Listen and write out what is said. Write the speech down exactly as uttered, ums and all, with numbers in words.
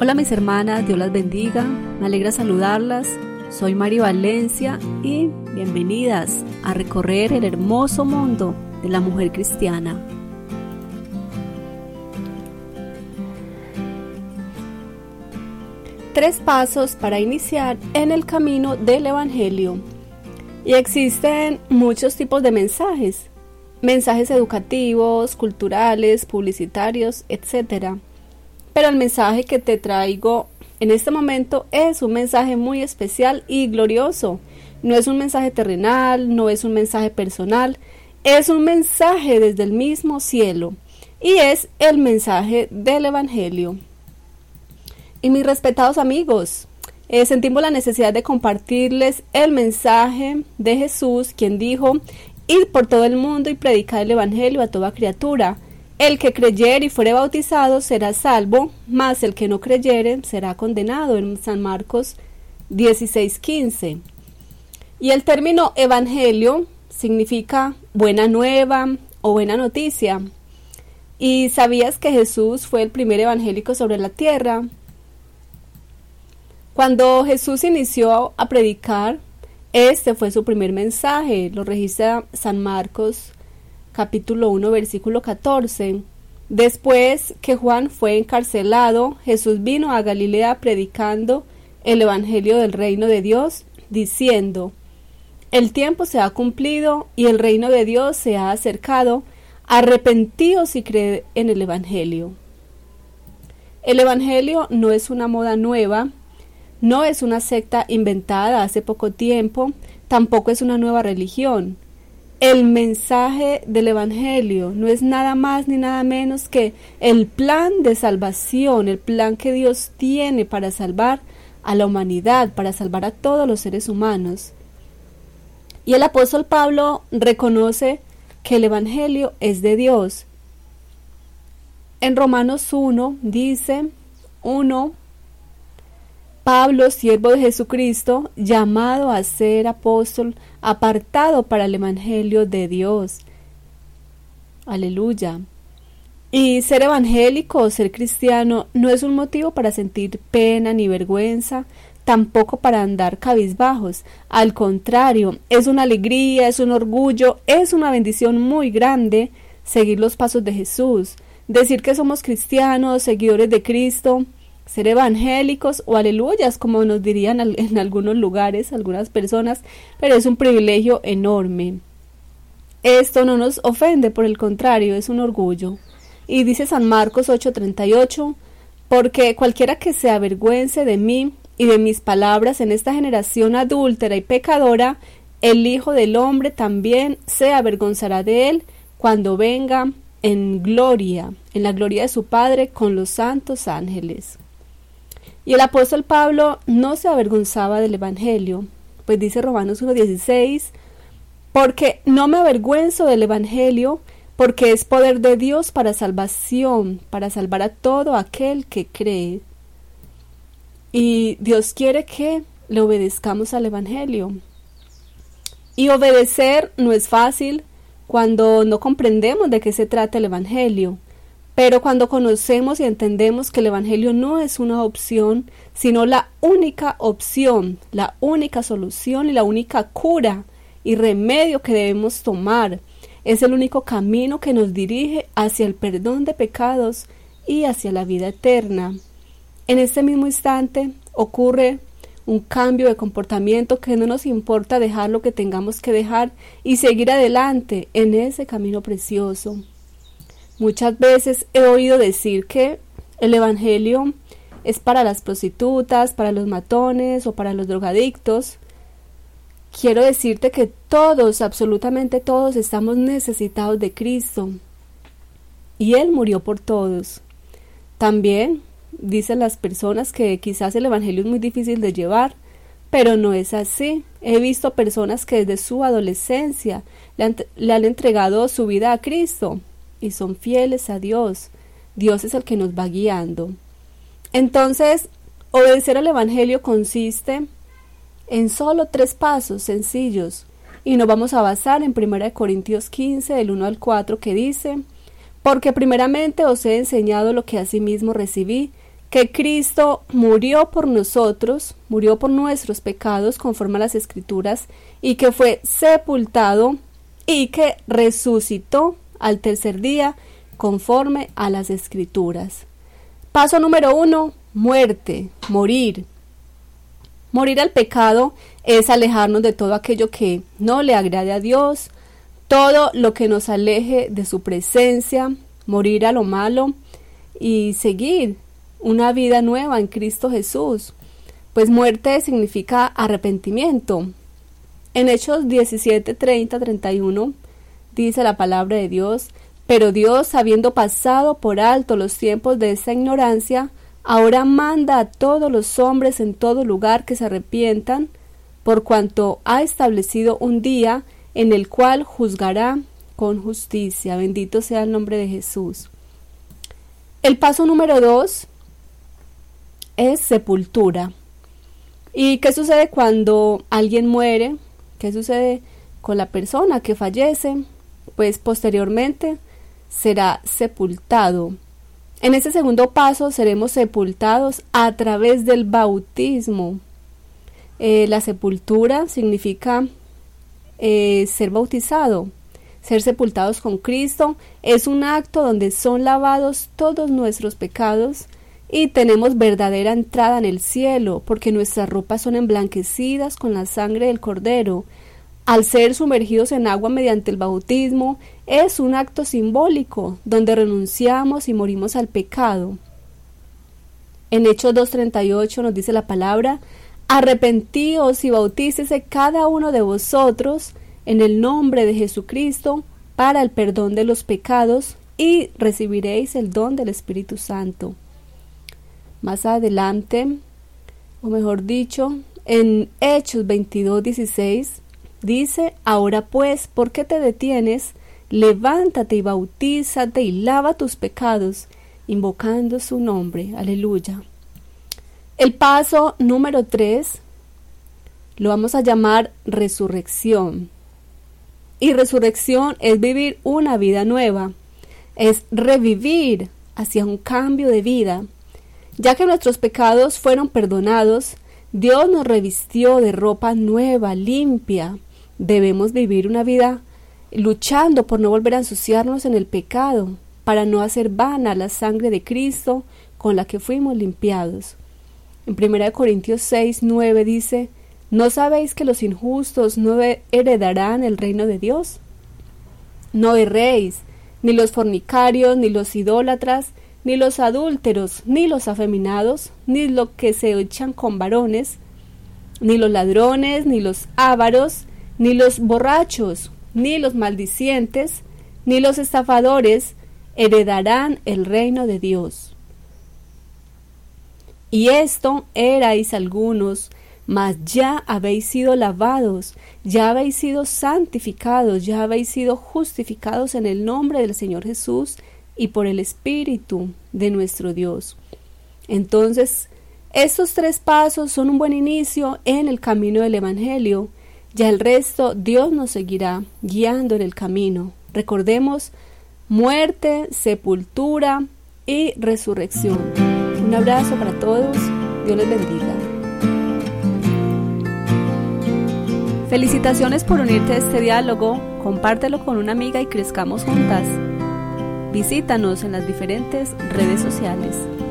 Hola mis hermanas, Dios las bendiga, me alegra saludarlas, soy Mari Valencia y bienvenidas a recorrer el hermoso mundo de la mujer cristiana. Tres pasos para iniciar en el camino del Evangelio. Y existen muchos tipos de mensajes, mensajes educativos, culturales, publicitarios, etcétera. Pero el mensaje que te traigo en este momento es un mensaje muy especial y glorioso. No es un mensaje terrenal, no es un mensaje personal, es un mensaje desde el mismo cielo y es el mensaje del Evangelio. Y mis respetados amigos, eh, sentimos la necesidad de compartirles el mensaje de Jesús, quien dijo: id por todo el mundo y predicad el Evangelio a toda criatura. El que creyere y fuere bautizado será salvo, mas el que no creyere será condenado, en San Marcos dieciséis quince. Y el término evangelio significa buena nueva o buena noticia. ¿Y sabías que Jesús fue el primer evangélico sobre la tierra? Cuando Jesús inició a predicar, este fue su primer mensaje, lo registra San Marcos capítulo uno, versículo catorce. Después que Juan fue encarcelado, Jesús vino a Galilea predicando el evangelio del reino de Dios, diciendo: el tiempo se ha cumplido y el reino de Dios se ha acercado, arrepentíos y creed en el evangelio. El evangelio no es una moda nueva, no es una secta inventada hace poco tiempo, tampoco es una nueva religión. El mensaje del Evangelio no es nada más ni nada menos que el plan de salvación, el plan que Dios tiene para salvar a la humanidad, para salvar a todos los seres humanos. Y el apóstol Pablo reconoce que el Evangelio es de Dios. En Romanos uno dice: uno. Pablo, siervo de Jesucristo, llamado a ser apóstol, apartado para el Evangelio de Dios. Aleluya. Y ser evangélico o ser cristiano no es un motivo para sentir pena ni vergüenza, tampoco para andar cabizbajos. Al contrario, es una alegría, es un orgullo, es una bendición muy grande seguir los pasos de Jesús, decir que somos cristianos, seguidores de Cristo, ser evangélicos o aleluyas, como nos dirían en algunos lugares algunas personas, pero es un privilegio enorme. Esto no nos ofende, por el contrario, es un orgullo. Y dice San Marcos ocho treinta y ocho: porque cualquiera que se avergüence de mí y de mis palabras en esta generación adúltera y pecadora, el Hijo del Hombre también se avergonzará de él cuando venga en gloria, en la gloria de su Padre con los santos ángeles. Y el apóstol Pablo no se avergonzaba del Evangelio, pues dice Romanos uno dieciséis: porque no me avergüenzo del Evangelio, porque es poder de Dios para salvación, para salvar a todo aquel que cree. Y Dios quiere que le obedezcamos al Evangelio. Y obedecer no es fácil cuando no comprendemos de qué se trata el Evangelio. Pero cuando conocemos y entendemos que el Evangelio no es una opción, sino la única opción, la única solución y la única cura y remedio que debemos tomar, es el único camino que nos dirige hacia el perdón de pecados y hacia la vida eterna. En este mismo instante ocurre un cambio de comportamiento que no nos importa dejar lo que tengamos que dejar y seguir adelante en ese camino precioso. Muchas veces he oído decir que el Evangelio es para las prostitutas, para los matones o para los drogadictos. Quiero decirte que todos, absolutamente todos, estamos necesitados de Cristo. Y Él murió por todos. También dicen las personas que quizás el Evangelio es muy difícil de llevar, pero no es así. He visto personas que desde su adolescencia le han, le han entregado su vida a Cristo y son fieles a Dios. Dios es el que nos va guiando. Entonces, obedecer al Evangelio consiste en solo tres pasos sencillos, y nos vamos a basar en primera de Corintios quince, del uno al cuatro, que dice: porque primeramente os he enseñado lo que asimismo recibí, que Cristo murió por nosotros, murió por nuestros pecados conforme a las Escrituras, y que fue sepultado y que resucitó al tercer día conforme a las Escrituras. Paso número uno, muerte, morir. Morir al pecado es alejarnos de todo aquello que no le agrade a Dios, todo lo que nos aleje de su presencia, morir a lo malo y seguir una vida nueva en Cristo Jesús. Pues muerte significa arrepentimiento. En Hechos diecisiete, treinta, treinta y uno dice la palabra de Dios: pero Dios, habiendo pasado por alto los tiempos de esta ignorancia, ahora manda a todos los hombres en todo lugar que se arrepientan, por cuanto ha establecido un día en el cual juzgará con justicia. Bendito sea el nombre de Jesús. El paso número dos es sepultura. ¿Y qué sucede cuando alguien muere? ¿Qué sucede con la persona que fallece? Pues posteriormente será sepultado. En este segundo paso seremos sepultados a través del bautismo. Eh, la sepultura significa eh, ser bautizado. Ser sepultados con Cristo es un acto donde son lavados todos nuestros pecados y tenemos verdadera entrada en el cielo, porque nuestras ropas son emblanquecidas con la sangre del Cordero. Al ser sumergidos en agua mediante el bautismo, es un acto simbólico donde renunciamos y morimos al pecado. En Hechos dos treinta y ocho nos dice la palabra: arrepentíos y bautícese cada uno de vosotros en el nombre de Jesucristo para el perdón de los pecados y recibiréis el don del Espíritu Santo. Más adelante, o mejor dicho, en Hechos veintidós dieciséis dice: ahora pues, ¿por qué te detienes? Levántate y bautízate y lava tus pecados, invocando su nombre. Aleluya. El paso número tres lo vamos a llamar resurrección. Y resurrección es vivir una vida nueva, es revivir hacia un cambio de vida. Ya que nuestros pecados fueron perdonados, Dios nos revistió de ropa nueva, limpia. Debemos vivir una vida luchando por no volver a ensuciarnos en el pecado, para no hacer vana la sangre de Cristo con la que fuimos limpiados. En primera de Corintios seis, nueve dice: ¿no sabéis que los injustos no heredarán el reino de Dios? No erréis, ni los fornicarios, ni los idólatras, ni los adúlteros, ni los afeminados, ni los que se echan con varones, ni los ladrones, ni los ávaros, ni los borrachos, ni los maldicientes, ni los estafadores heredarán el reino de Dios. Y esto erais algunos, mas ya habéis sido lavados, ya habéis sido santificados, ya habéis sido justificados en el nombre del Señor Jesús y por el Espíritu de nuestro Dios. Entonces, estos tres pasos son un buen inicio en el camino del Evangelio. Ya el resto Dios nos seguirá guiando en el camino. Recordemos: muerte, sepultura y resurrección. Un abrazo para todos. Dios les bendiga. Felicitaciones por unirte a este diálogo. Compártelo con una amiga y crezcamos juntas. Visítanos en las diferentes redes sociales.